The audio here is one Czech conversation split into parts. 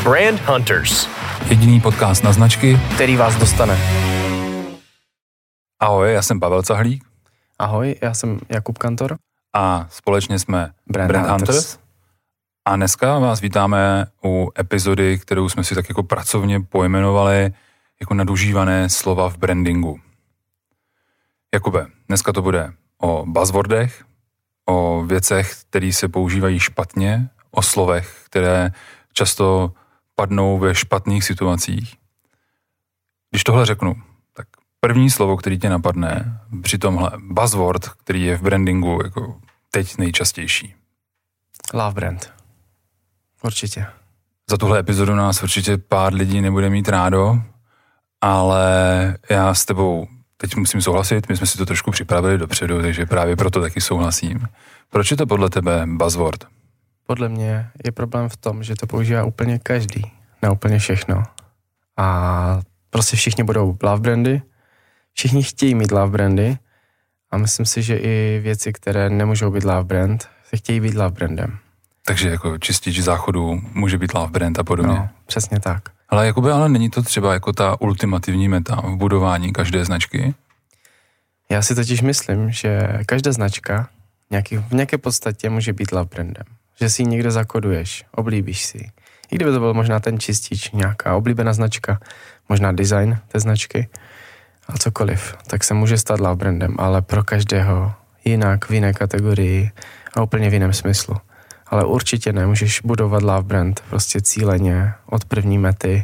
Brand Hunters. Jediný podcast na značky, který vás dostane. Ahoj, já jsem Pavel Cahlík. Ahoj, já jsem Jakub Kantor. A společně jsme Brand Hunters. A dneska vás vítáme u epizody, kterou jsme si tak jako pracovně pojmenovali jako nadužívané slova v brandingu. Jakube, dneska to bude o buzzwordech, o věcech, které se používají špatně, o slovech, které často padnou ve špatných situacích. Když tohle řeknu, tak první slovo, který tě napadne při tomhle buzzword, který je v brandingu jako teď nejčastější. Love brand. Určitě. Za tuhle epizodu nás určitě pár lidí nebude mít rádo, ale já s tebou teď musím souhlasit, my jsme si to trošku připravili dopředu, takže právě proto taky souhlasím. Proč je to podle tebe buzzword? Podle mě je problém v tom, že to používá úplně každý, ne úplně všechno. A prostě všichni budou love brandy, všichni chtějí mít love brandy a myslím si, že i věci, které nemůžou být love brand, se chtějí být love brandem. Takže jako čistič záchodu může být love brand a podobně. No, přesně tak. Ale Jakube, ale není to třeba jako ta ultimativní meta v budování každé značky? Já si totiž myslím, že každá značka v nějaké podstatě může být love brandem. Že si ji někde zakoduješ, oblíbíš si. I kdyby to byl možná ten čistič, nějaká oblíbená značka, možná design té značky a cokoliv, tak se může stát love brandem, ale pro každého jinak, v jiné kategorii a úplně v jiném smyslu. Ale určitě nemůžeš budovat love brand prostě cíleně od první mety,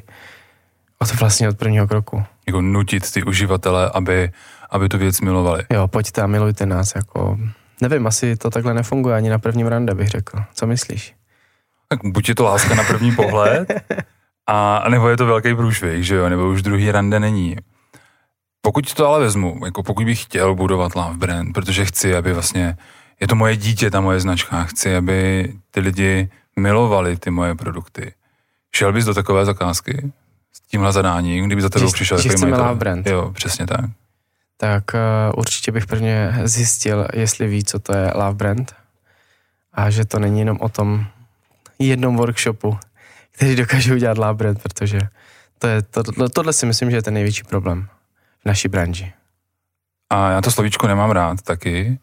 od prvního kroku. Jako nutit ty uživatele, aby tu věc milovali. Jo, pojďte a milujte nás, jako... Nevím, asi to takhle nefunguje ani na prvním rande, bych řekl. Co myslíš? Tak buď je to láska na první pohled, a nebo je to velký průšvih, že jo, nebo už druhý rande není. Pokud to ale vezmu, jako pokud bych chtěl budovat love brand, protože chci, aby vlastně, je to moje dítě, ta moje značka, chci, aby ty lidi milovali ty moje produkty. Šel bys do takové zakázky s tímhle zadáním, kdyby za tebou přišel takový majitel? Love brand. Jo, přesně tak. Tak určitě bych prvně zjistil, jestli ví, co to je love brand a že to není jenom o tom jednom workshopu, který dokáže udělat love brand, protože tohle si myslím, že je ten největší problém v naší branži. A já to slovíčko nemám rád taky,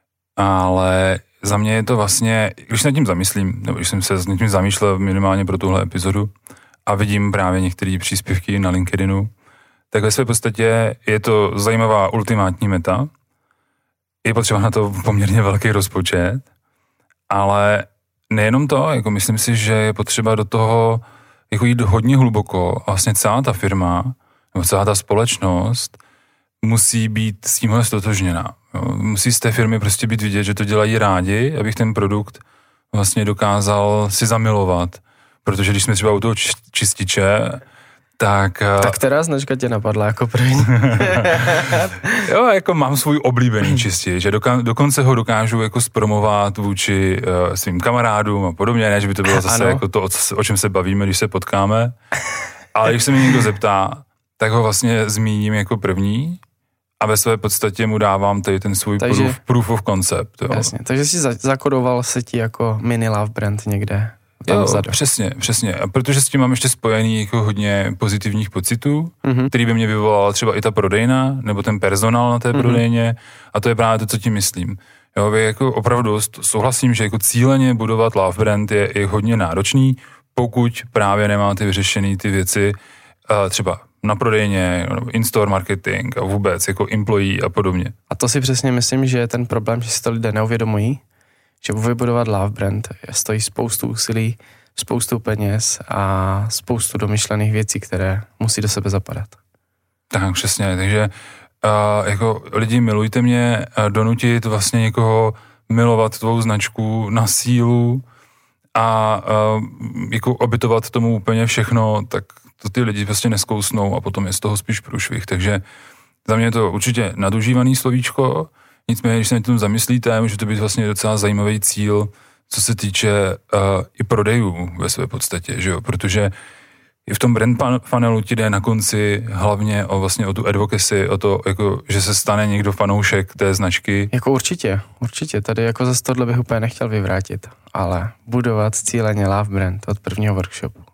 ale za mě je to vlastně, když se nad tím zamyslím, nebo když jsem se nad tím zamýšlel minimálně pro tuhle epizodu a vidím právě některé příspěvky na LinkedInu, tak ve své podstatě je to zajímavá ultimátní meta. Je potřeba na to poměrně velký rozpočet, ale nejenom to, jako myslím si, že je potřeba do toho jako jít hodně hluboko a vlastně celá ta firma nebo celá ta společnost musí být s tímhle stotožněná. Musí z té firmy prostě být vidět, že to dělají rádi, abych ten produkt vlastně dokázal si zamilovat, protože když jsme třeba u toho čističe, tak která značka tě napadla jako první? Jo, jako mám svůj oblíbený čistič, že dokonce ho dokážu jako zpromovat vůči svým kamarádům a podobně, ne, že by to bylo zase jako to, o čem se bavíme, když se potkáme, ale když se mi někdo zeptá, tak ho vlastně zmíním jako první a ve své podstatě mu dávám tady ten svůj proof of concept. Jo. Jasně, takže jsi zakodoval se ti jako mini love brand někde. Jo, přesně. A protože s tím mám ještě spojený jako hodně pozitivních pocitů, který by mě vyvolala třeba i ta prodejna, nebo ten personál na té prodejně, a to je právě to, co tím myslím. Jo, jako opravdu souhlasím, že jako cíleně budovat love brand je hodně náročný, pokud právě nemáte vyřešený ty věci třeba na prodejně, in-store marketing a vůbec jako employee a podobně. A to si přesně myslím, že je ten problém, že si to lidé neuvědomují, že vybudovat love brand stojí spoustu úsilí, spoustu peněz a spoustu domyšlených věcí, které musí do sebe zapadat. Tak, přesně, takže jako lidi milujte mě, donutit vlastně někoho milovat tvou značku na sílu a jako obětovat tomu úplně všechno, tak to ty lidi prostě neskousnou a potom je z toho spíš průšvih. Takže za mě je to určitě nadužívaný slovíčko, nicméně, když se na tom zamyslíte, může to být vlastně docela zajímavý cíl, co se týče i prodejů ve své podstatě, že jo, protože i v tom brand funnelu ti jde na konci hlavně o tu advocacy, o to, jako, že se stane někdo fanoušek té značky. Jako určitě, tady jako za tohle bych úplně nechtěl vyvrátit, ale budovat cíleně love brand od prvního workshopu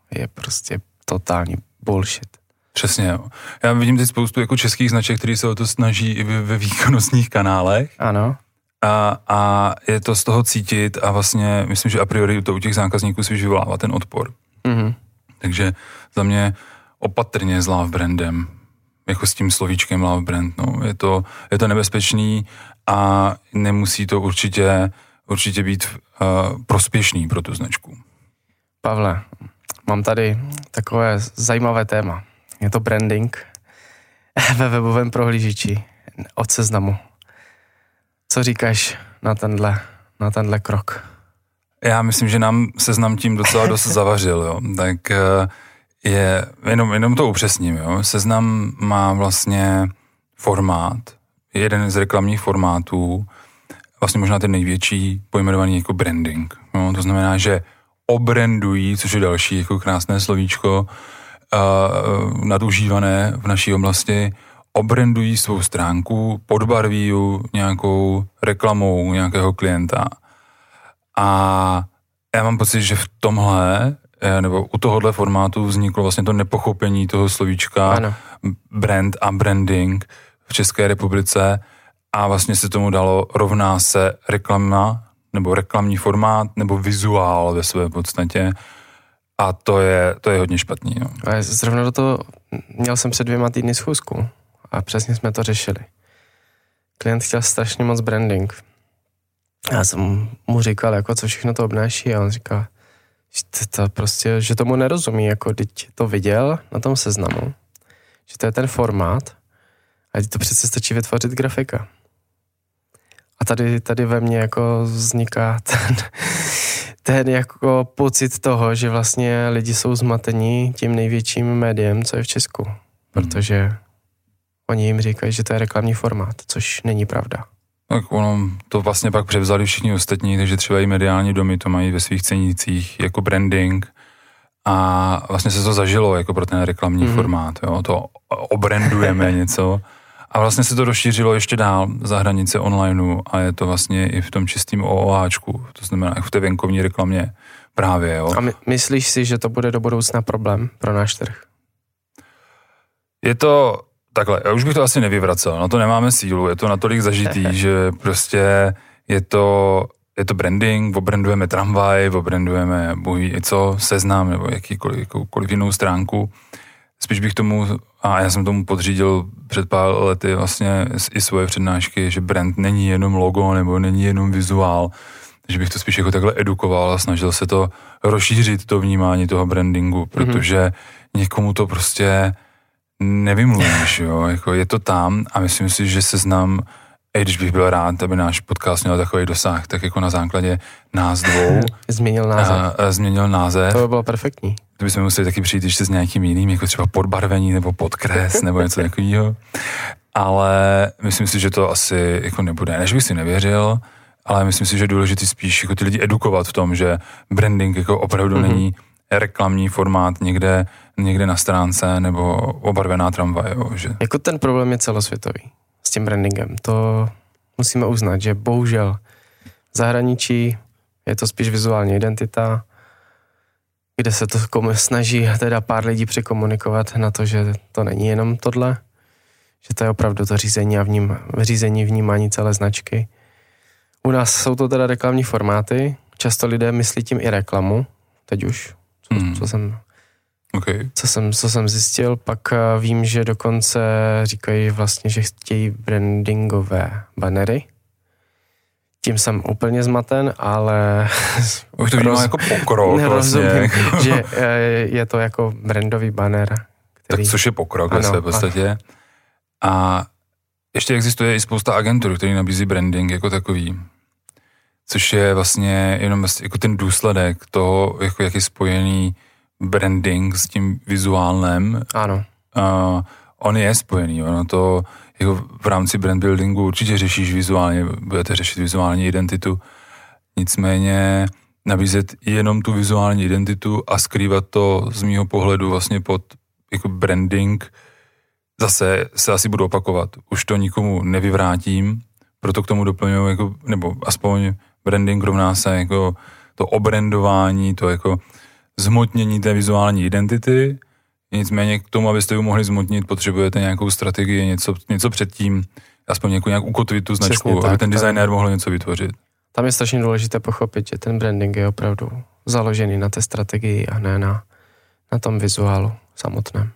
je prostě totální bullshit. Přesně, jo. Já vidím teď spoustu jako českých značek, který se o to snaží i ve výkonnostních kanálech. Ano. A je to z toho cítit a vlastně myslím, že a priori to u těch zákazníků spíš vyvolává ten odpor. Mhm. Takže za mě opatrně s love brandem, jako s tím slovíčkem love brand, no. Je to nebezpečný a nemusí to určitě být prospěšný pro tu značku. Pavle, mám tady takové zajímavé téma. Je to branding ve webovém prohlížeči od Seznamu. Co říkáš na tenhle krok? Já myslím, že nám Seznam tím docela dost zavařil, jo. Tak jenom to upřesním, jo. Seznam má vlastně formát, jeden z reklamních formátů, vlastně možná ten největší, pojmenovaný jako branding. Jo. To znamená, že obrandují, což je další jako krásné slovíčko, nadužívané v naší oblasti, obrandují svou stránku, podbarví ju nějakou reklamou nějakého klienta. A já mám pocit, že v tomhle, nebo u tohohle formátu vzniklo vlastně to nepochopení toho slovíčka ano. Brand a branding v České republice a vlastně se tomu dalo rovná se reklama, nebo reklamní formát, nebo vizuál ve své podstatě. A to je hodně špatný. No. A zrovna do toho měl jsem před 2 týdny schůzku a přesně jsme to řešili. Klient chtěl strašně moc branding. Já jsem mu říkal, jako co všechno to obnáší a on říkal, že tomu nerozumí, jako teď to viděl na tom Seznamu, že to je ten formát a to přece stačí vytvořit grafika. A tady ve mně jako vzniká ten jako pocit toho, že vlastně lidi jsou zmatení tím největším médiem, co je v Česku. Protože oni jim říkají, že to je reklamní formát, což není pravda. Tak ono to vlastně pak převzali všichni ostatní, takže třeba i mediální domy to mají ve svých cenících jako branding a vlastně se to zažilo jako pro ten reklamní formát, jo, to obrandujeme něco a vlastně se to rozšířilo ještě dál za hranice onlineu a je to vlastně i v tom čistým OOAčku, to znamená v té venkovní reklamě právě, jo. A myslíš si, že to bude do budoucna problém pro náš trh? Je to takhle, já už bych to asi nevyvracel, na to nemáme sílu, je to natolik zažitý, že prostě je to branding, obrandujeme tramvaj, obrandujeme Seznam nebo jakoukoliv jinou stránku. Spíš bych tomu, a já jsem tomu podřídil před pár lety vlastně i svoje přednášky, že brand není jenom logo nebo není jenom vizuál, že bych to spíš jako takhle edukoval a snažil se to rozšířit, to vnímání toho brandingu, protože někomu to prostě nevymluvíš, jo, jako je to tam a myslím si, že Seznam, i když bych byl rád, aby náš podcast měl takový dosah, tak jako na základě nás dvou změnil název. To by bylo perfektní. To bychom museli taky přijít ještě s nějakým jiným, jako třeba podbarvení nebo podkres nebo něco takového. Ale myslím si, že to asi jako nebude. Než bych si nevěřil, ale myslím si, že je důležitý spíš jako ty lidi edukovat v tom, že branding jako opravdu není reklamní formát někde na stránce nebo obarvená tramvaj. Jo, že... Jako ten problém je celosvětový s tím brandingem. To musíme uznat, že bohužel v zahraničí je to spíš vizuální identita, kde se to snaží teda pár lidí překomunikovat na to, že to není jenom tohle, že to je opravdu to řízení vnímání celé značky. U nás jsou to teda reklamní formáty, často lidé myslí tím i reklamu, teď už, co jsem zjistil, pak vím, že dokonce říkají vlastně, že chtějí brandingové banery. Tím jsem úplně zmaten, ale... Už to vnímám jako pokrok rozumím, vlastně. že je to jako brandový banner, který... Tak což je pokrok ve své podstatě. A ještě existuje i spousta agentur, který nabízí branding jako takový. Což je vlastně jenom jako ten důsledek toho, jako jak je spojený branding s tím vizuálním. Ano. On je spojený, ono to jako v rámci brand buildingu určitě řešíš vizuálně, budete řešit vizuální identitu. Nicméně nabízet jenom tu vizuální identitu a skrývat to z mýho pohledu vlastně pod jako branding, zase se asi budu opakovat. Už to nikomu nevyvrátím, proto k tomu doplňuji, jako, nebo aspoň branding rovná se jako to obrandování, to jako zhmotnění té vizuální identity, nicméně k tomu, abyste ji mohli zhmotnit, potřebujete nějakou strategii, něco předtím, aspoň nějak ukotvit tu značku, tak, aby ten designér mohl něco vytvořit. Tam je strašně důležité pochopit, že ten branding je opravdu založený na té strategii a ne na tom vizuálu samotném.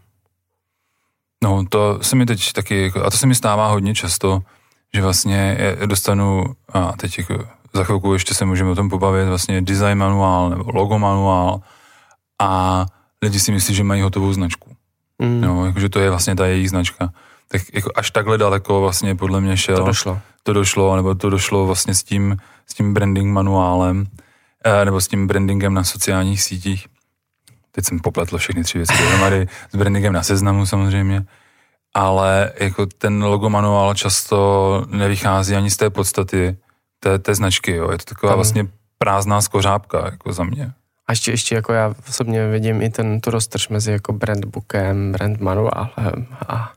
No, to se mi teď taky, a to se mi stává hodně často, že vlastně dostanu, a teď jako za chvilku ještě se můžeme o tom pobavit, vlastně design manuál nebo logo manuál a lidi si myslí, že mají hotovou značku. No, jakože to je vlastně ta jejich značka. Tak jako až takhle daleko vlastně podle mě šel. To došlo vlastně s tím branding manuálem, nebo s tím brandingem na sociálních sítích. Teď jsem popletl všechny 3 věci dohromady, s brandingem na Seznamu samozřejmě, ale jako ten logo manuál často nevychází ani z té podstaty té značky, jo. Je to taková vlastně prázdná skořápka, jako za mě. A ještě jako já osobně vidím i tu roztrž mezi jako brandbookem, brand manuálem a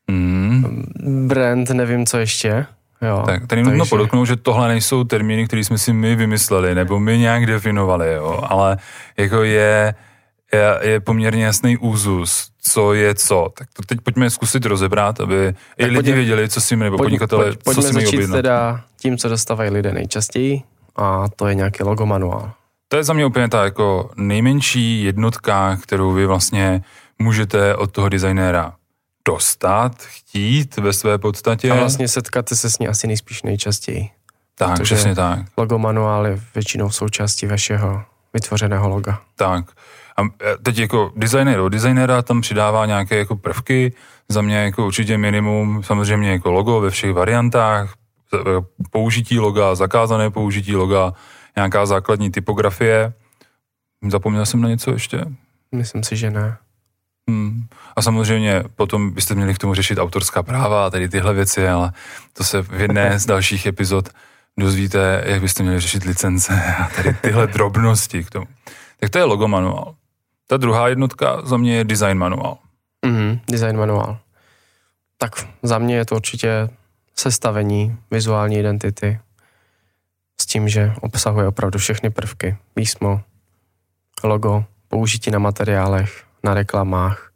brand nevím co ještě. Jo, tak tady nutno podotknout, že tohle nejsou termíny, které jsme si my vymysleli, nebo my nějak definovali, jo, ale jako je poměrně jasný úzus, co je co. Tak to teď pojďme zkusit rozebrat, aby i lidi věděli, co si my, nebo podnikatelé, co si mi objednat. Pojďme začít teda tím, co dostávají lidé nejčastěji, a to je nějaký logo manuál. To je za mě úplně ta jako nejmenší jednotka, kterou vy vlastně můžete od toho designéra dostat, chtít ve své podstatě. A vlastně setkáte se s ní asi nejčastěji. Tak, přesně tak. Logo manuál je většinou součástí vašeho vytvořeného loga. Tak. A teď jako designéra tam přidává nějaké jako prvky, za mě jako určitě minimum, samozřejmě jako logo ve všech variantách, použití loga, zakázané použití loga, nějaká základní typografie. Zapomněl jsem na něco ještě? Myslím si, že ne. A samozřejmě potom byste měli k tomu řešit autorská práva a tady tyhle věci, ale to se v jedné z dalších epizod dozvíte, jak byste měli řešit licence a tady tyhle drobnosti k tomu. Tak to je logo manuál. Ta druhá jednotka za mě je design manuál. Design manuál. Tak za mě je to určitě sestavení vizuální identity s tím, že obsahuje opravdu všechny prvky. Písmo, logo, použití na materiálech, na reklamách.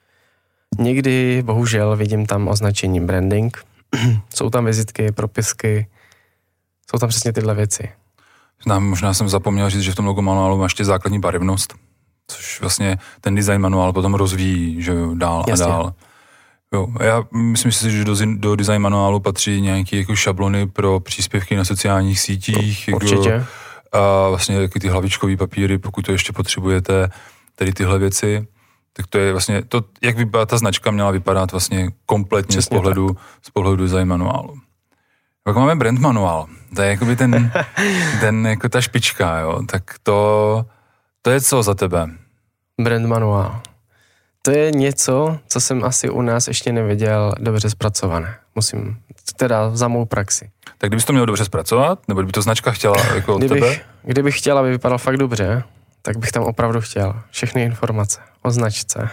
Někdy, bohužel, vidím tam označení branding. Jsou tam vizitky, propisky, jsou tam přesně tyhle věci. Možná jsem zapomněl říct, že v tom logo manuálu máš ještě základní barevnost, což vlastně ten design manuál potom rozvíjí, že jo, dál a dál. Jo, já myslím si, že do design manuálu patří nějaké jako šablony pro příspěvky na sociálních sítích. Určitě. Jako, a vlastně taky ty hlavičkový papíry, pokud to ještě potřebujete, tady tyhle věci. Tak to je vlastně to, jak by ta značka měla vypadat vlastně kompletně z pohledu design manuálu. Pak máme brand manuál. To je jakoby ten jako ta špička, jo. Tak to je co za tebe? Brand manuál. To je něco, co jsem asi u nás ještě neviděl dobře zpracované. Musím, teda za mou praxi. Tak kdybys to měl dobře zpracovat, nebo kdyby to značka chtěla jako od tebe? Kdybych chtěla, aby vypadal fakt dobře, tak bych tam opravdu chtěl všechny informace o značce,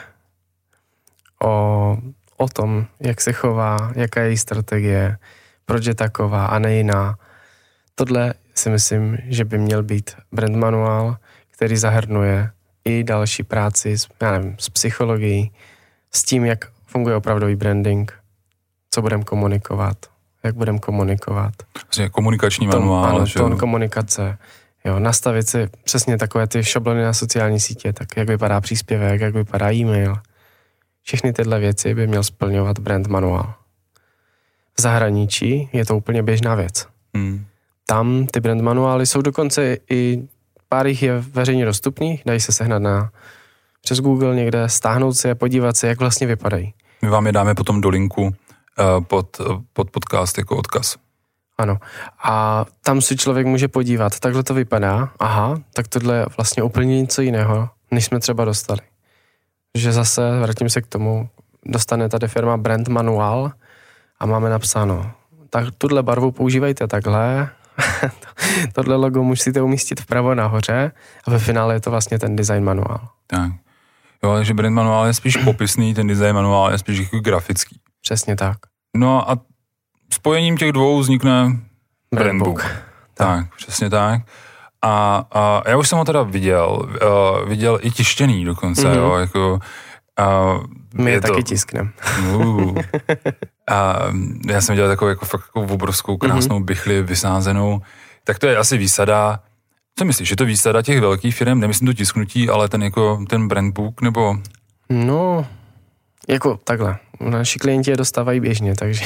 o tom, jak se chová, jaká je její strategie, proč je taková a ne jiná. Tohle si myslím, že by měl být brand manuál, který zahrnuje i další práci s psychologií, s tím, jak funguje opravdový branding, co budeme komunikovat, jak budeme komunikovat. Vlastně komunikační manuál. Ano, tón komunikace. Jo, nastavit si přesně takové ty šablony na sociální sítě, tak jak vypadá příspěvek, jak vypadá e-mail. Všechny tyhle věci by měl splňovat brand manuál. V zahraničí je to úplně běžná věc. Tam ty brand manuály jsou dokonce i pár jich je veřejně dostupných, dají se sehnat přes Google někde, stáhnout si a podívat se, jak vlastně vypadají. My vám je dáme potom do linku pod podcast jako odkaz. Ano. A tam si člověk může podívat, takhle to vypadá, aha, tak tohle je vlastně úplně něco jiného, než jsme třeba dostali. Že zase, vrátím se k tomu, dostane tady firma brand manuál a máme napsáno, tak tuhle barvu používejte takhle, tohle logo musíte umístit vpravo nahoře a ve finále je to vlastně ten design manuál. Tak. Jo, takže brand manuál je spíš popisný, ten design manuál je spíš jako grafický. Přesně tak. No a spojením těch dvou vznikne brandbook. Tak, přesně tak. A já už jsem ho teda viděl i tištěný dokonce, jo, jako... My je taky tiskneme. A já jsem dělal takovou jako fakt obrovskou krásnou bichli vysázenou. Tak to je asi výsada. Co myslíš, je to výsada těch velkých firm? Nemyslím to tisknutí, ale ten brand book, nebo... No, jako takhle. Naši klienti je dostávají běžně, takže...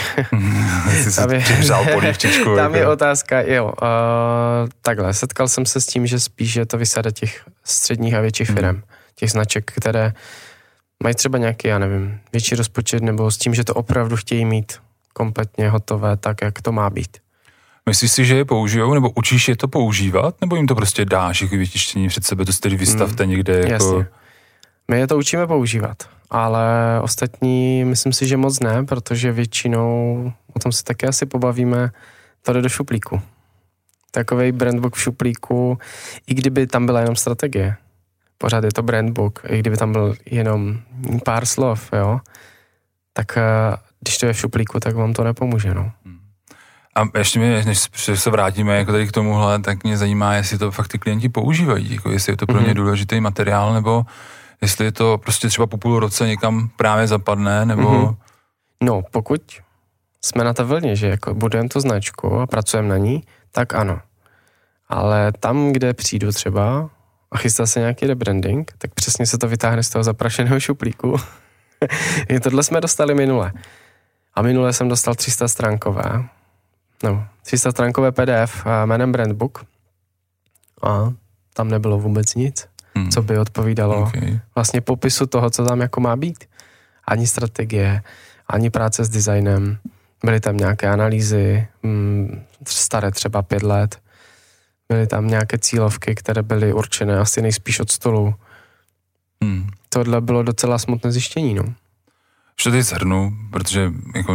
Tam je otázka, jo. Takhle, setkal jsem se s tím, že spíš je to výsada těch středních a větších firm. Těch značek, které mají třeba nějaký, já nevím, větší rozpočet, nebo s tím, že to opravdu chtějí mít kompletně hotové, tak jak to má být. Myslíš si, že je použijou, nebo učíš je to používat, nebo jim to prostě dáš jako vytištění před sebe, to si tedy vystavte někde jako... Jasně. My je to učíme používat, ale ostatní myslím si, že moc ne, protože většinou, o tom se taky asi pobavíme, to jde do šuplíku. Takovej brandbook v šuplíku, i kdyby tam byla jenom strategie, pořád je to brandbook, i kdyby tam byl jenom pár slov, jo, tak když to je v šuplíku, tak vám to nepomůže, no. A ještě než se vrátíme jako tady k tomuhle, tak mě zajímá, jestli to fakt ty klienti používají, jako jestli je to pro ně důležitý materiál, nebo jestli je to prostě třeba po půl roce někam právě zapadne, nebo... No, pokud jsme na té vlně, že jako budujeme tu značku a pracujeme na ní, tak ano. Ale tam, kde přijdu třeba a chystá se nějaký rebranding, tak přesně se to vytáhne z toho zaprašeného šuplíku. Tohle jsme dostali minule. A minule jsem dostal 300 stránkové PDF jménem Brandbook a tam nebylo vůbec nic, co by odpovídalo vlastně popisu toho, co tam jako má být. Ani strategie, ani práce s designem, byly tam nějaké analýzy, staré třeba 5 let, byly tam nějaké cílovky, které byly určené asi nejspíš od stolu. Tohle bylo docela smutné zjištění, no. Že teď shrnu, protože jako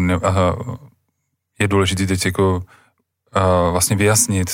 je důležité teď jako vlastně vyjasnit,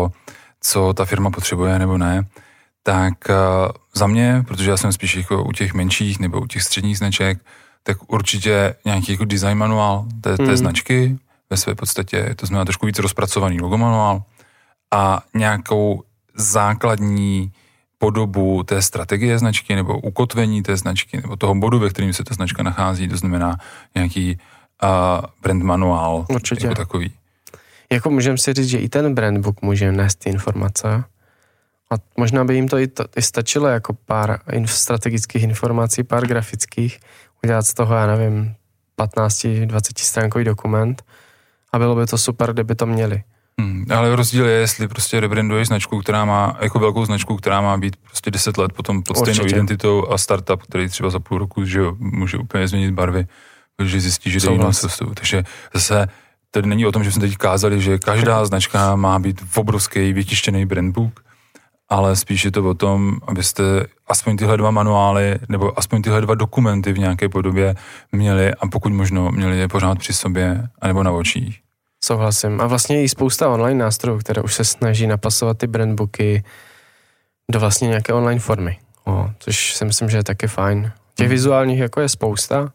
co ta firma potřebuje nebo ne, tak za mě, protože já jsem spíš jako u těch menších nebo u těch středních značek, tak určitě nějaký jako design manuál té značky ve své podstatě, to znamená trošku víc rozpracovaný logomanuál a nějakou základní podobu té strategie značky nebo ukotvení té značky nebo toho bodu, ve kterým se ta značka nachází, to znamená nějaký brand manuál. Určitě. Jako takový. Jako můžeme si říct, že i ten brandbook může nést ty informace a možná by jim to i stačilo jako pár strategických informací, pár grafických, udělat z toho, já nevím, 15-20 stránkový dokument a bylo by to super, kdyby to měli. Ale rozdíl je, jestli prostě rebranduješ značku, která má, jako velkou značku, která má být prostě 10 let potom pod stejnou identitou a startup, který třeba za půl roku, že může úplně změnit barvy, protože zjistí, že jde jinou cestou. Takže zase tady není o tom, že jsme teď kázali, že každá značka má být v obrovský vytištěný brandbook, ale spíš je to o tom, abyste aspoň tyhle 2 manuály nebo aspoň tyhle 2 dokumenty v nějaké podobě měli a pokud možno měli je pořád při sobě anebo na očích. Souhlasím. A vlastně je i spousta online nástrojů, které už se snaží napasovat ty brandbooky do vlastně nějaké online formy. Což si myslím, že je taky fajn. Těch vizuálních jako je spousta.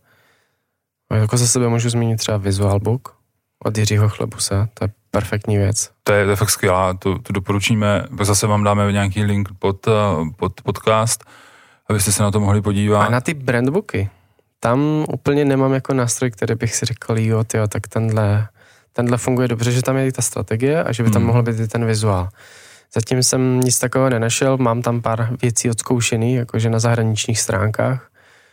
Jako za sebe můžu zmínit třeba Visual Book od Jiřího Chlebuse. To je perfektní věc. To je fakt skvělá, to doporučíme. Zase vám dáme nějaký link pod podcast, abyste se na to mohli podívat. A na ty brandbooky, tam úplně nemám jako nástroj, který bych si řekl, tak tenhle funguje dobře, že tam je i ta strategie a že by tam mohl být i ten vizuál. Zatím jsem nic takového nenašel, mám tam pár věcí odzkoušený, jakože na zahraničních stránkách,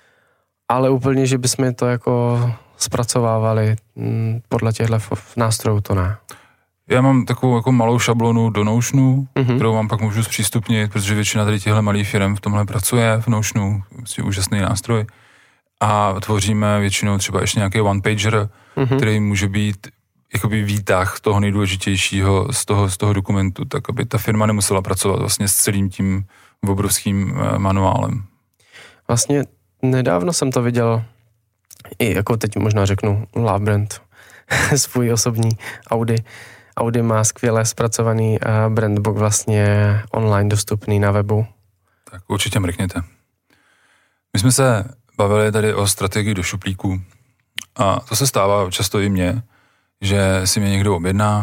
ale úplně, že bychom to jako zpracovávali podle těchto nástrojů, to ne. Já mám takovou jako malou šablonu do Notionu, kterou vám pak můžu zpřístupnit, protože většina tady těchto malých firm v tomhle pracuje v Notionu, je úžasný nástroj. A tvoříme většinou třeba ještě nějaký one-pager, který může být jakoby výtah toho nejdůležitějšího z toho dokumentu, tak aby ta firma nemusela pracovat vlastně s celým tím obrovským manuálem. Vlastně nedávno jsem to viděl i jako teď možná řeknu Love Brand, svůj osobní Audi. Audi má skvěle zpracovaný brandbook vlastně online dostupný na webu. Tak určitě mrkněte. My jsme se bavili tady o strategii do šuplíku a to se stává často i mně, že si mě někdo objedná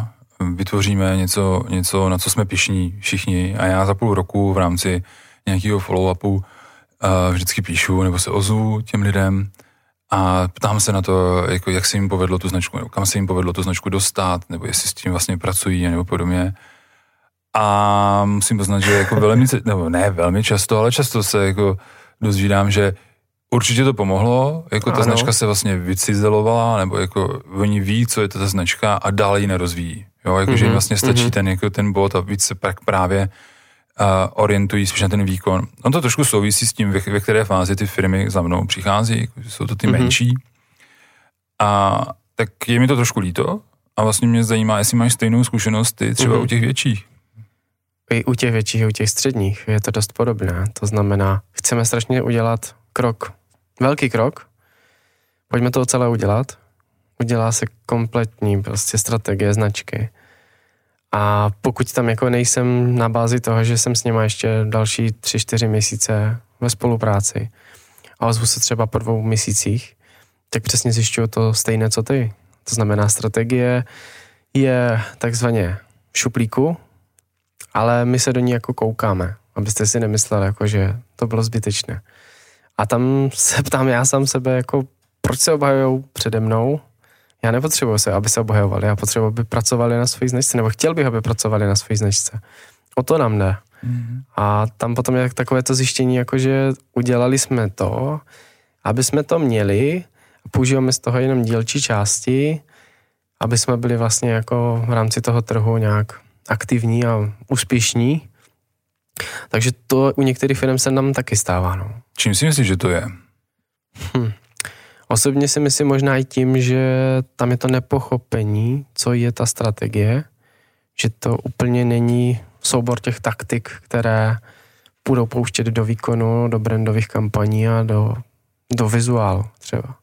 vytvoříme něco, na co jsme pyšní všichni a já za půl roku v rámci nějakého follow-upu vždycky píšu nebo se ozvu těm lidem a ptám se na to, jako jak se jim povedlo tu značku, nebo kam se jim povedlo tu značku dostat, nebo jestli s tím vlastně pracují, nebo podobně. A musím poznat, že jako velmi často, ale často se jako dozvídám, že určitě to pomohlo, jako ta značka se vlastně vycizelovala, nebo jako oni ví, co je to ta značka a dál ji nerozvíjí. Jo, jakože jim vlastně stačí ten bod a víc se právě orientují spíš na ten výkon. On to trošku souvisí s tím, ve které fázi ty firmy za mnou přichází, jsou to ty menší. A tak je mi to trošku líto a vlastně mě zajímá, jestli máš stejnou zkušenost ty třeba u těch větších. I u těch větších, i u těch středních je to dost podobné. To znamená, chceme strašně udělat krok, velký krok, pojďme to celé udělat. Udělá se kompletní prostě strategie značky. A pokud tam jako nejsem na bázi toho, že jsem s nima ještě další 3-4 měsíce ve spolupráci a ozvu se třeba po 2 měsících, tak přesně zjišťuju to stejné, co ty. To znamená, strategie je takzvaně v šuplíku, ale my se do ní jako koukáme, abyste si nemysleli, jako, že to bylo zbytečné. A tam se ptám já sám sebe, jako, proč se obhajujou přede mnou. Já nepotřebuji se, aby se obhajovali, já potřebuji, aby pracovali na své značce, nebo chtěl bych, aby pracovali na své značce. O to nám jde. A tam potom je takové to zjištění, jako, že udělali jsme to, aby jsme to měli, a používáme z toho jenom dílčí části, aby jsme byli vlastně jako v rámci toho trhu nějak aktivní a úspěšní. Takže to u některých firm se nám taky stává. No. Čím si myslíš, že to je? Osobně si myslím možná i tím, že tam je to nepochopení, co je ta strategie, že to úplně není soubor těch taktik, které budou pouštět do výkonu, do brandových kampaní a do vizuálu třeba.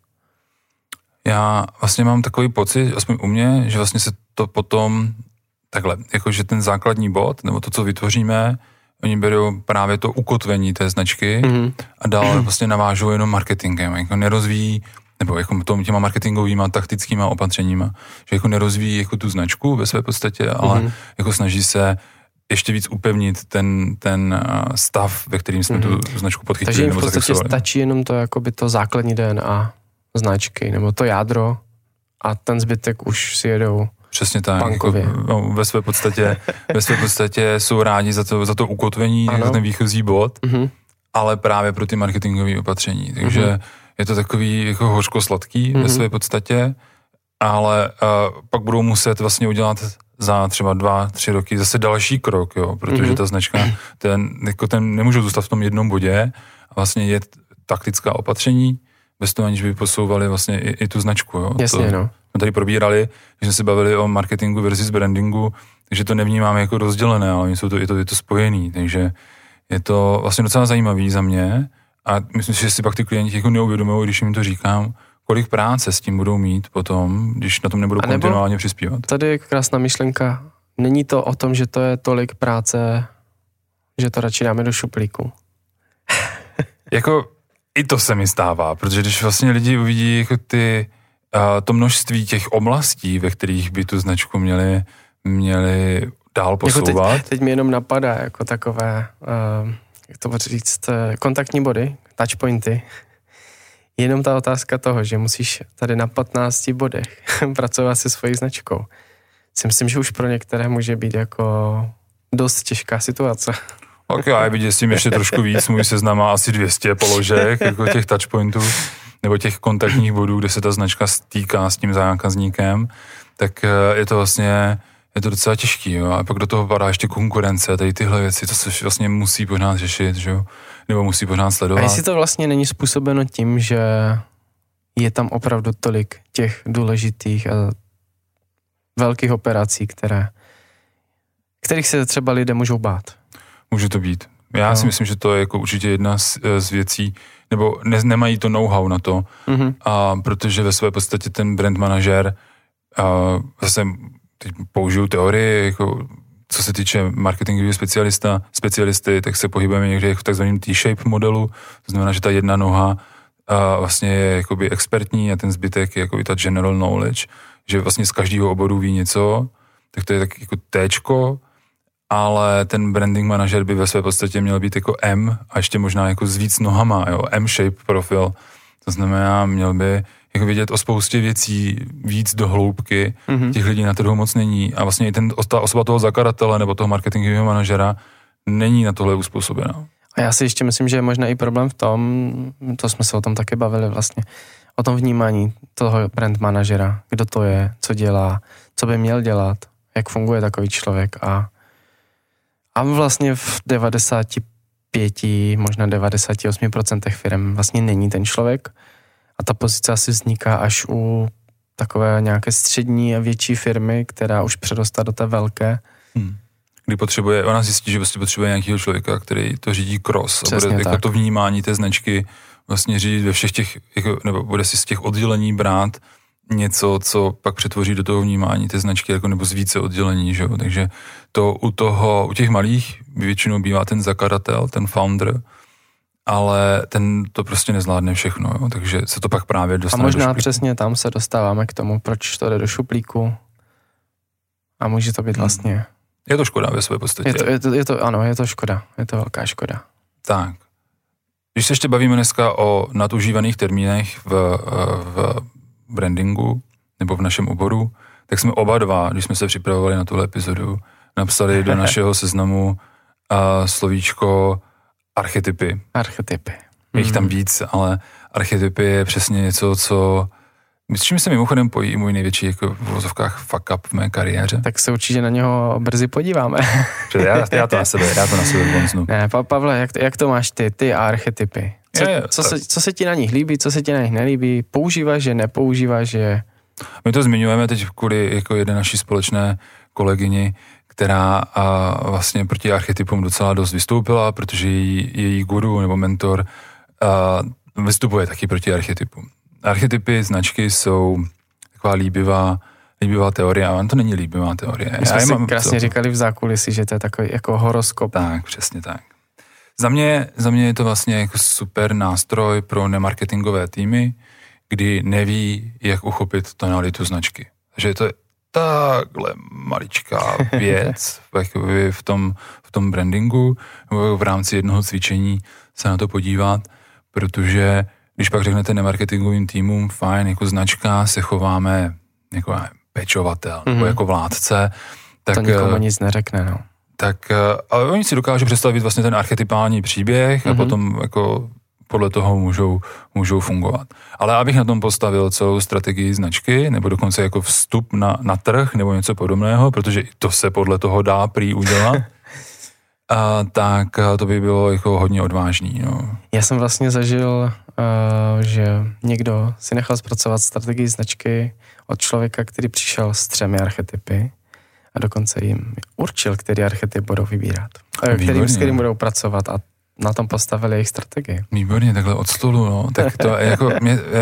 Já vlastně mám takový pocit, aspoň u mě, že vlastně se to potom takhle, jakože ten základní bod, nebo to, co vytvoříme, oni berou právě to ukotvení té značky a dál vlastně navážou jenom marketingem, jako nerozvíjí, nebo jako těma marketingovýma, taktickýma opatřeníma, že jako nerozvíjí jako tu značku ve své podstatě, ale jako snaží se ještě víc upevnit ten stav, ve kterým jsme tu značku podchytili. Takže jim v podstatě stačí jenom to, jakoby to základní DNA značky, nebo to jádro a ten zbytek už si jedou. Přesně tak, jako, no, ve své podstatě jsou rádi za to ukotvení, za ten výchozí bod, ale právě pro ty marketingové opatření. Takže je to takový jako hořko-sladký ve své podstatě, ale pak budou muset vlastně udělat za třeba 2-3 roky zase další krok, jo, protože ta značka, ten nemůžou zůstat v tom jednom bodě a vlastně je taktická opatření, bez toho aniž by posouvali vlastně i tu značku. Jo. Jasně, no. Jsme tady probírali, když jsme se bavili o marketingu versus brandingu, takže to nevnímáme jako rozdělené, ale je to spojený, takže je to vlastně docela zajímavý za mě a myslím si, že si pak ty klienti jako neuvědomují, když jim to říkám, kolik práce s tím budou mít potom, když na tom nebudou kontinuálně přispívat. Tady je krásná myšlenka. Není to o tom, že to je tolik práce, že to radši dáme do šuplíku. Jako i to se mi stává, protože když vlastně lidi uvidí jako to množství těch oblastí, ve kterých by tu značku měli dál posouvat. Jako teď mi jenom napadá jako takové, jak to budu říct, kontaktní body, touchpointy. Jenom ta otázka toho, že musíš tady na 15 bodech pracovat se svojí značkou. Si myslím, že už pro některé může být jako dost těžká situace. Ok, já vidět s tím ještě trošku víc, můj seznam má asi 200 položek, jako těch touchpointů, nebo těch kontaktních bodů, kde se ta značka stýká s tím zákazníkem, tak je to docela těžký, jo? A pak do toho padá ještě konkurence, tady tyhle věci, to se vlastně musí pořád řešit, že jo? Nebo musí pořád sledovat. A jestli to vlastně není způsobeno tím, že je tam opravdu tolik těch důležitých a velkých operací, kterých se třeba lidé můžou bát. Může to být. Já si myslím, že to je jako určitě jedna z věcí, nebo nemají to know-how na to, a protože ve své podstatě ten brand manažer, zase teď použiju teorii, jako co se týče marketingového specialisty, tak se pohybujeme někde v takzvaném T-shape modelu, to znamená, že ta jedna noha vlastně je jakoby expertní a ten zbytek je jakoby ta general knowledge, že vlastně z každého oboru ví něco tak to je tak jako Tčko, ale ten branding manažer by ve své podstatě měl být jako M a ještě možná jako s víc nohama, jo, M-shape profil. To znamená, měl by jako vědět o spoustě věcí víc do hloubky, těch lidí na trhu moc není a vlastně i ta osoba toho zakladatele nebo toho marketingového manažera není na tohle uspůsobená. A já si ještě myslím, že je možná i problém v tom, to jsme se o tom taky bavili vlastně, o tom vnímání toho brand manažera, kdo to je, co dělá, co by měl dělat, jak funguje takový člověk a vlastně v 95, možná 98% firm vlastně není ten člověk a ta pozice asi vzniká až u takové nějaké střední a větší firmy, která už přerostá do té velké. Kdy ona zjistí, že prostě potřebuje nějakého člověka, který to řídí cross a bude jako to vnímání té značky vlastně řídit ve všech těch, jako, nebo bude si z těch oddělení brát něco, co pak přetvoří do toho vnímání té značky, jako nebo z více oddělení, že jo? Takže to u těch malých většinou bývá ten zakladatel, ten founder, ale ten to prostě nezvládne všechno, jo? Takže se to pak právě dostane a možná do přesně tam se dostáváme k tomu, proč to jde do šuplíku a může to být vlastně... Je to škoda ve své podstatě. Ano, je to škoda, je to velká škoda. Tak. Když se ještě bavíme dneska o nadužívaných termínech v brandingu nebo v našem oboru, tak jsme oba dva, když jsme se připravovali na tuhle epizodu, napsali do našeho seznamu slovíčko archetypy. Archetypy. Je jich tam víc, ale archetypy je přesně něco, s čím se mimochodem pojí můj největší jako v uvozovkách fuck up v mé kariéře. Tak se určitě na něho brzy podíváme. Já to na sebe bonznu. Ne, Pavle, jak to máš ty a archetypy? Co se ti na nich líbí, co se ti na nich nelíbí? Používáš je, nepoužíváš je? My to zmiňujeme teď kvůli jako jedné naší společné kolegyni, která vlastně proti archetypům docela dost vystoupila, protože její guru nebo mentor vystupuje taky proti archetypům. Archetypy, značky jsou taková líbivá teorie, ale to není líbivá teorie. My jsme si krásně říkali v zákulisí, že to je takový jako horoskop. Tak, přesně tak. Za mě je to vlastně jako super nástroj pro nemarketingové týmy, kdy neví, jak uchopit tonalitu značky. Takže to je takhle maličká věc v tom brandingu, nebo v rámci jednoho cvičení se na to podívat, protože když pak řeknete nemarketingovým týmům, fajn, jako značka se chováme jako pečovatel, nebo jako vládce, tak... To nikomu nic neřekne, no. Tak, ale oni si dokážou představit vlastně ten archetypální příběh a potom jako podle toho můžou fungovat. Ale abych na tom postavil celou strategii značky, nebo dokonce jako vstup na trh, nebo něco podobného, protože to se podle toho dá prý udělat, tak to by bylo jako hodně odvážný. No. Já jsem vlastně zažil, že někdo si nechal zpracovat strategii značky od člověka, který přišel s 3 archetypy a dokonce jim určil, který archetyp budou vybírat. S kterým budou pracovat a na tom postavili jejich strategii. Výborně, takhle od stolu, no. Tak to jako,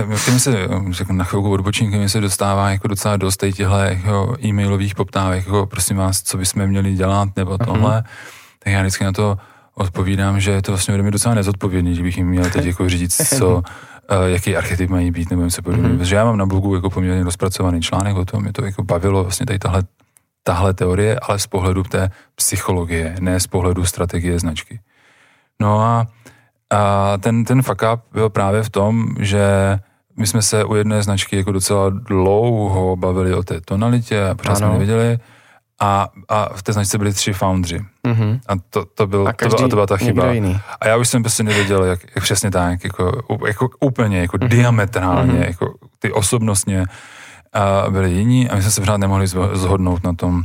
na chvilku odbočím, mi se dostává jako docela dost těchto jako e-mailových poptávek, jako prosím vás, co bychom měli dělat, nebo tohle. Tak já vždycky na to odpovídám, že to vlastně bude mi docela nezodpovědný, že bych jim měl teď jako říct, jaký archetyp mají být, nebo něco podobného. Protože já mám na blogu jako poměrně rozpracovaný článek o tom, mě to jako bavilo vlastně tady tahle teorie, ale z pohledu té psychologie, ne z pohledu strategie značky. No a ten fuck up byl právě v tom, že my jsme se u jedné značky jako docela dlouho bavili o té tonalitě a pořád jsme nevěděli a v té značce byli 3 foundři. A to byla ta chyba. A já už jsem prostě nevěděl, jak přesně tak, jako úplně, jako diametrálně, jako ty osobnostně byli jiní a my jsme se pořád nemohli zhodnout na tom,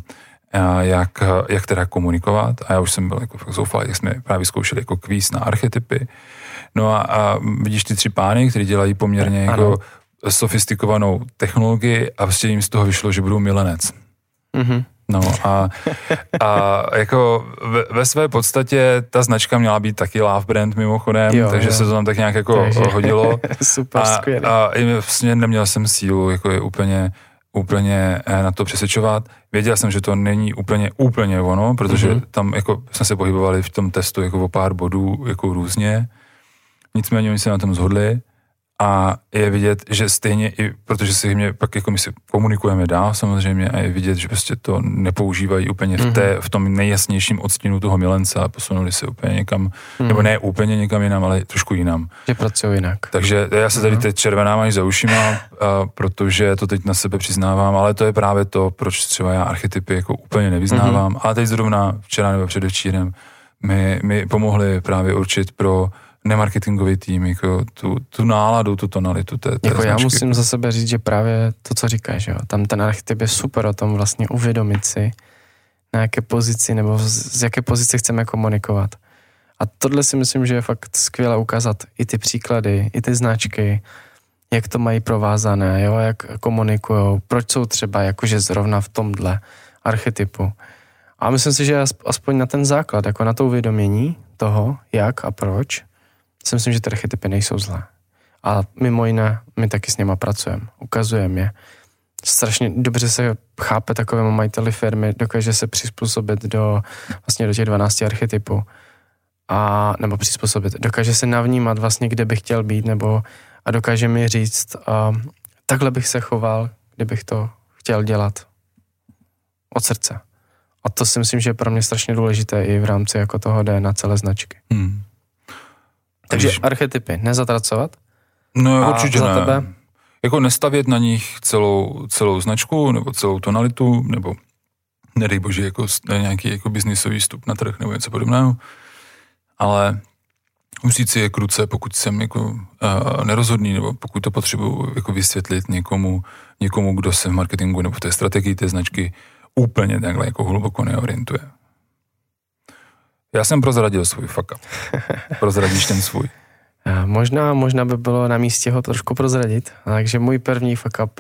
jak teda komunikovat a já už jsem byl jako fakt zoufalý, jak jsme právě zkoušeli jako kvíz na archetypy. No a vidíš ty 3 pány, kteří dělají poměrně jako sofistikovanou technologii a prostě jim z toho vyšlo, že budou milenec. No a jako ve své podstatě ta značka měla být taky love brand mimochodem, takže se to tam tak nějak jako hodilo. Super, skvělé. A vlastně neměl jsem sílu jako je úplně na to přesvědčovat. Věděl jsem, že to není úplně ono, protože tam jako jsme se pohybovali v tom testu jako o pár bodů jako různě. Nicméně oni se na tom shodli A je vidět, že stejně i, protože si mě pak jako my si komunikujeme dál samozřejmě a je vidět, že prostě to nepoužívají úplně v tom nejjasnějším odstínu toho milence a posunuli se úplně někam, nebo ne úplně někam jinam, ale trošku jinam. Že pracují jinak. Takže já se tady teď červená máš za ušima, protože to teď na sebe přiznávám, ale to je právě to, proč třeba já archetypy jako úplně nevyznávám. A teď zrovna včera nebo předevčírem mi pomohli právě určit pro nemarketingový tým, jako tu náladu, tu tonalitu té jako já musím za sebe říct, že právě to, co říkáš, jo, tam ten archetyp je super o tom vlastně uvědomit si, na jaké pozici nebo z jaké pozice chceme komunikovat. A tohle si myslím, že je fakt skvěle ukázat i ty příklady, i ty značky, jak to mají provázané, jo, jak komunikujou, proč jsou třeba jakože zrovna v tomhle archetypu. A myslím si, že aspoň na ten základ, jako na to uvědomění toho, jak a proč, si myslím, že ty archetypy nejsou zlé. A mimo jiné, my taky s nima pracujeme, ukazujeme je. Strašně dobře se chápe takovému majiteli firmy, dokáže se přizpůsobit do těch 12 archetypů. Nebo přizpůsobit. Dokáže se navnímat vlastně, kde bych chtěl být, a dokáže mi říct, takhle bych se choval, kdybych to chtěl dělat od srdce. A to si myslím, že je pro mě strašně důležité i v rámci jako toho DNA celé značky. Takže archetypy nezatracovat. No určitě za tebe? Jako nestavět na nich celou značku, nebo celou tonalitu, nebo nedej bože, jako nějaký jako biznisový vstup na trh, nebo něco podobného. Ale musí si je k ruce, pokud jsem jako nerozhodný, nebo pokud to potřebuji jako vysvětlit někomu, kdo se v marketingu nebo v té strategii té značky úplně takhle jako hluboko neorientuje. Já jsem prozradil svůj fuck up. Prozradíš ten svůj? Možná by bylo na místě ho trošku prozradit. Takže můj první fuck up,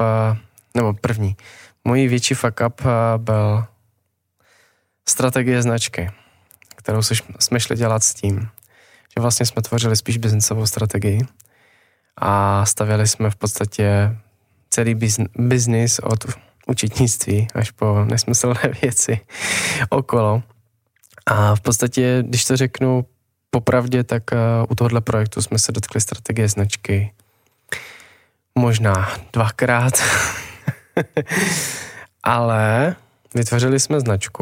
můj větší fuck up byl strategie značky, kterou jsme šli dělat s tím, že vlastně jsme tvořili spíš biznisovou strategii a stavěli jsme v podstatě celý biznis od účetnictví až po nesmyslné věci okolo. A v podstatě, když to řeknu popravdě, tak u tohohle projektu jsme se dotkli strategie značky možná 2krát, ale vytvořili jsme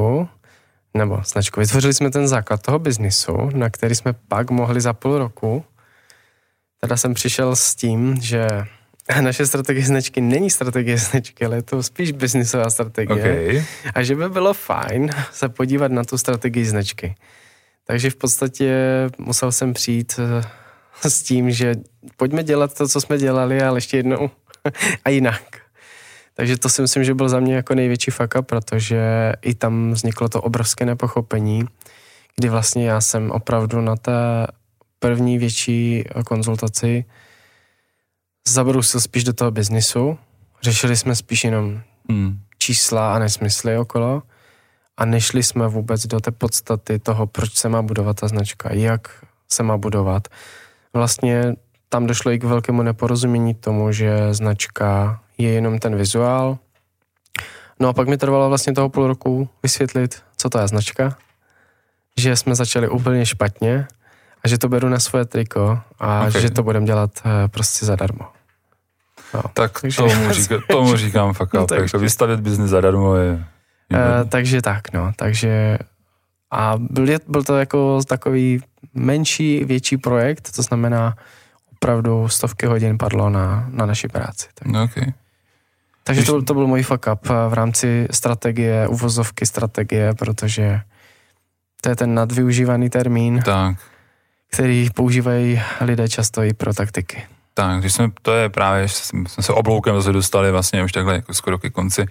vytvořili jsme ten základ toho biznisu, na který jsme pak mohli za půl roku. Teda jsem přišel s tím, že naše strategie značky není strategie značky, ale je to spíš biznisová strategie. Okay. A že by bylo fajn se podívat na tu strategii značky. Takže v podstatě musel jsem přijít s tím, že pojďme dělat to, co jsme dělali, ale ještě jednou a jinak. Takže to si myslím, že byl za mě jako největší fuck up, protože i tam vzniklo to obrovské nepochopení, kdy vlastně já jsem opravdu na té první větší konzultaci zabrousil spíš do toho biznisu. Řešili jsme spíš jenom čísla a nesmysly okolo a nešli jsme vůbec do té podstaty toho, proč se má budovat ta značka, jak se má budovat. Vlastně tam došlo i k velkému neporozumění tomu, že značka je jenom ten vizuál. No a pak mi trvalo vlastně toho půl roku vysvětlit, co to je značka, že jsme začali úplně špatně a že to beru na svoje triko a že to budeme dělat prostě zadarmo. No, tak tomu říkám fuck up, jako vystavět biznis zadarmo je... takže tak, no, takže a byl to jako takový větší projekt, to znamená opravdu stovky hodin padlo na naši práci. Tak. Okay. Takže to byl můj fuck up v rámci strategie, uvozovky strategie, protože to je ten nadvyužívaný termín, který používají lidé často i pro taktiky. Tak, to je právě, jsme se obloukem zase dostali vlastně už takhle jako skoro ke konci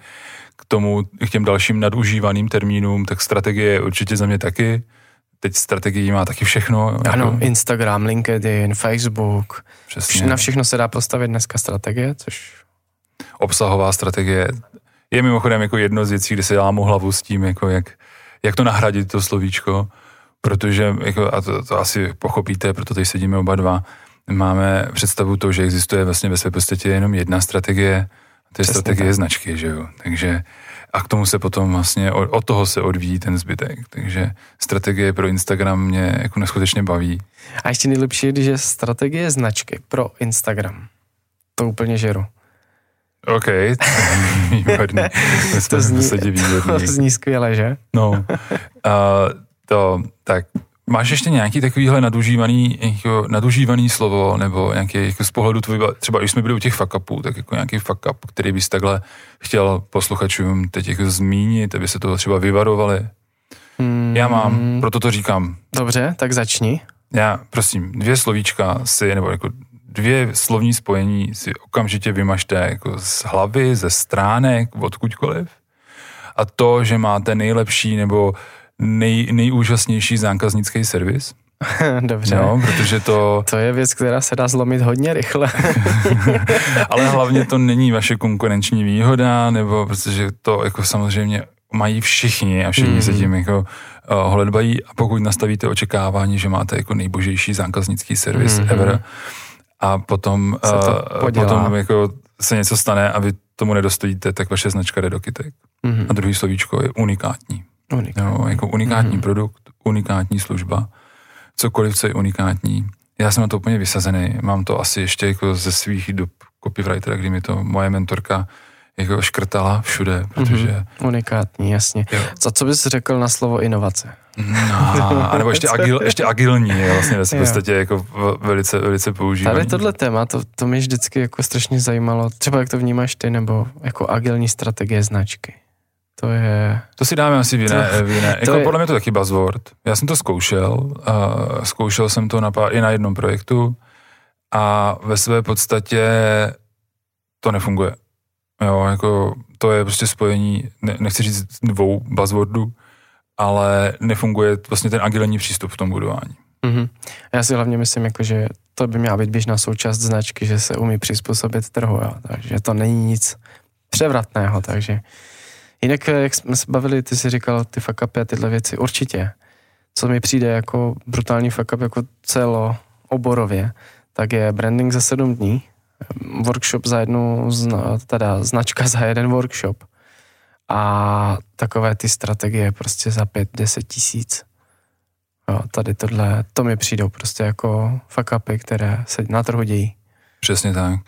k těm dalším nadužívaným termínům, tak strategie je určitě za mě taky. Teď strategii má taky všechno. Ano, jako... Instagram, LinkedIn, Facebook. Přesně. Na všechno se dá postavit dneska strategie, což... Obsahová strategie je mimochodem jako jedno z věcí, kde se dělám hlavu s tím, jako jak to nahradit, to slovíčko, protože, jako, a to asi pochopíte, proto tady sedíme oba dva, máme představu toho, že existuje vlastně ve své podstatě jenom jedna strategie, to je strategie značky, že jo, takže a k tomu se potom vlastně, od toho se odvíjí ten zbytek, takže strategie pro Instagram mě jako neskutečně baví. A ještě nejlepší je, když je strategie značky pro Instagram. To úplně žeru. OK, výborný. To zní skvěle, že? No, tak máš ještě nějaký takovýhle nadužívaný slovo, nebo nějaký jako z pohledu tvojho, třeba když jsme byli u těch fuck upů, tak jako nějaký fuck up, který bys takhle chtěl posluchačům teď jako zmínit, aby se toho třeba vyvarovali? Já mám, proto to říkám. Dobře, tak začni. Já, prosím, 2 slovíčka nebo jako 2 slovní spojení si okamžitě vymažte jako z hlavy, ze stránek, odkudkoliv. A to, že máte nejlepší nebo nejúžasnější zákaznický servis. Dobře. No, protože to je věc, která se dá zlomit hodně rychle. Ale hlavně to není vaše konkurenční výhoda, nebo protože to jako samozřejmě mají všichni a všichni se tím jako holedbají, a pokud nastavíte očekávání, že máte jako nejbožejší zákaznický servis ever, a potom jako se něco stane a vy tomu nedostojíte, tak vaše značka jde do kytek. A druhý slovíčko je unikátní. Jo, jako unikátní produkt, unikátní služba, cokoliv, co je unikátní. Já jsem na to úplně vysazený, mám to asi ještě jako ze svých dob copywritera, kdy mi to moje mentorka jako škrtala všude, protože... Unikátní, jasně. Jo. Co bys řekl na slovo inovace? No, anebo ještě agilní je vlastně v podstatě jako velice, velice používaný. Tady tohle téma, to mě vždycky jako strašně zajímalo, třeba jak to vnímáš ty, nebo jako agilní strategie značky. To si dáme asi v jiné. Podle mě to taky buzzword. Já jsem to zkoušel jsem to i na jednom projektu a ve své podstatě to nefunguje. Jo, jako to je prostě spojení, nechci říct 2 buzzwordů, ale nefunguje vlastně ten agilní přístup v tom budování. Já si hlavně myslím, jako, že to by měla být běžná součást značky, že se umí přizpůsobit trhu, jo, takže to není nic převratného, takže jinak, jak jsme se bavili, ty jsi říkal ty fuck upy a tyhle věci, určitě. Co mi přijde jako brutální fuck up, jako celooborově, tak je branding za 7 dní, workshop za značka za jeden workshop a takové ty strategie prostě za 5-10 tisíc. Jo, tady to mi přijdou prostě jako fuck upy, které se na trhu dějí. Přesně tak.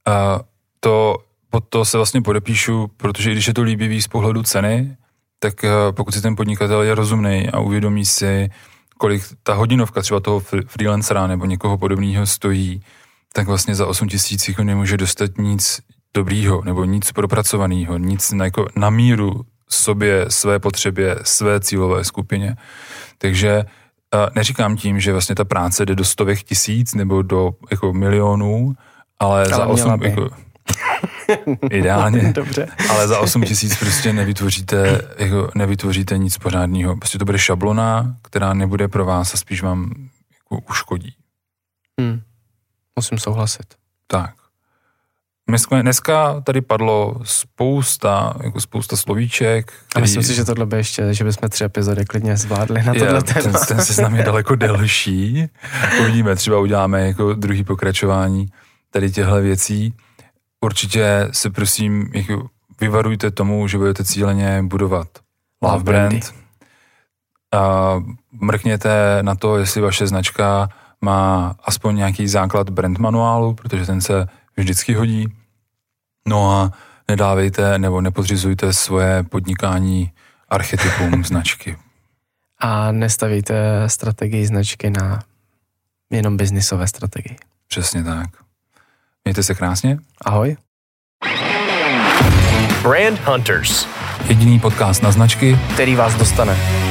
Pod to se vlastně podepíšu, protože když je to líbivý z pohledu ceny, tak pokud si ten podnikatel je rozumný a uvědomí si, kolik ta hodinovka třeba toho freelancera nebo někoho podobného stojí, tak vlastně za 8 000 jako nemůže dostat nic dobrýho nebo nic propracovaného, nic na míru sobě, své potřebě, své cílové skupině. Takže neříkám tím, že vlastně ta práce jde do 100 000 nebo do jako milionů, ale za 8 ideálně. Dobře. Ale za 8 000 prostě nevytvoříte nic pořádného. Prostě to bude šablona, která nebude pro vás a spíš vám jako uškodí. Musím souhlasit. Tak. Dneska tady padlo spousta slovíček. A myslím si, že tohle by ještě, že bychom 3 epizody klidně zvládli na tohle téma. Ten seznam je daleko delší. Uvidíme, třeba uděláme jako druhý pokračování tady těchto věcí. Určitě se prosím jako vyvarujte tomu, že budete cíleně budovat love brand. Mrkněte na to, jestli vaše značka má aspoň nějaký základ brand manuálu, protože ten se vždycky hodí. No a nedávejte nebo nepodřizujte svoje podnikání archetypům značky. A nestavíte strategii značky na jenom biznisové strategii. Přesně tak. Mějte se krásně. Ahoj. Brand Hunters. Jediný podcast na značky, který vás dostane.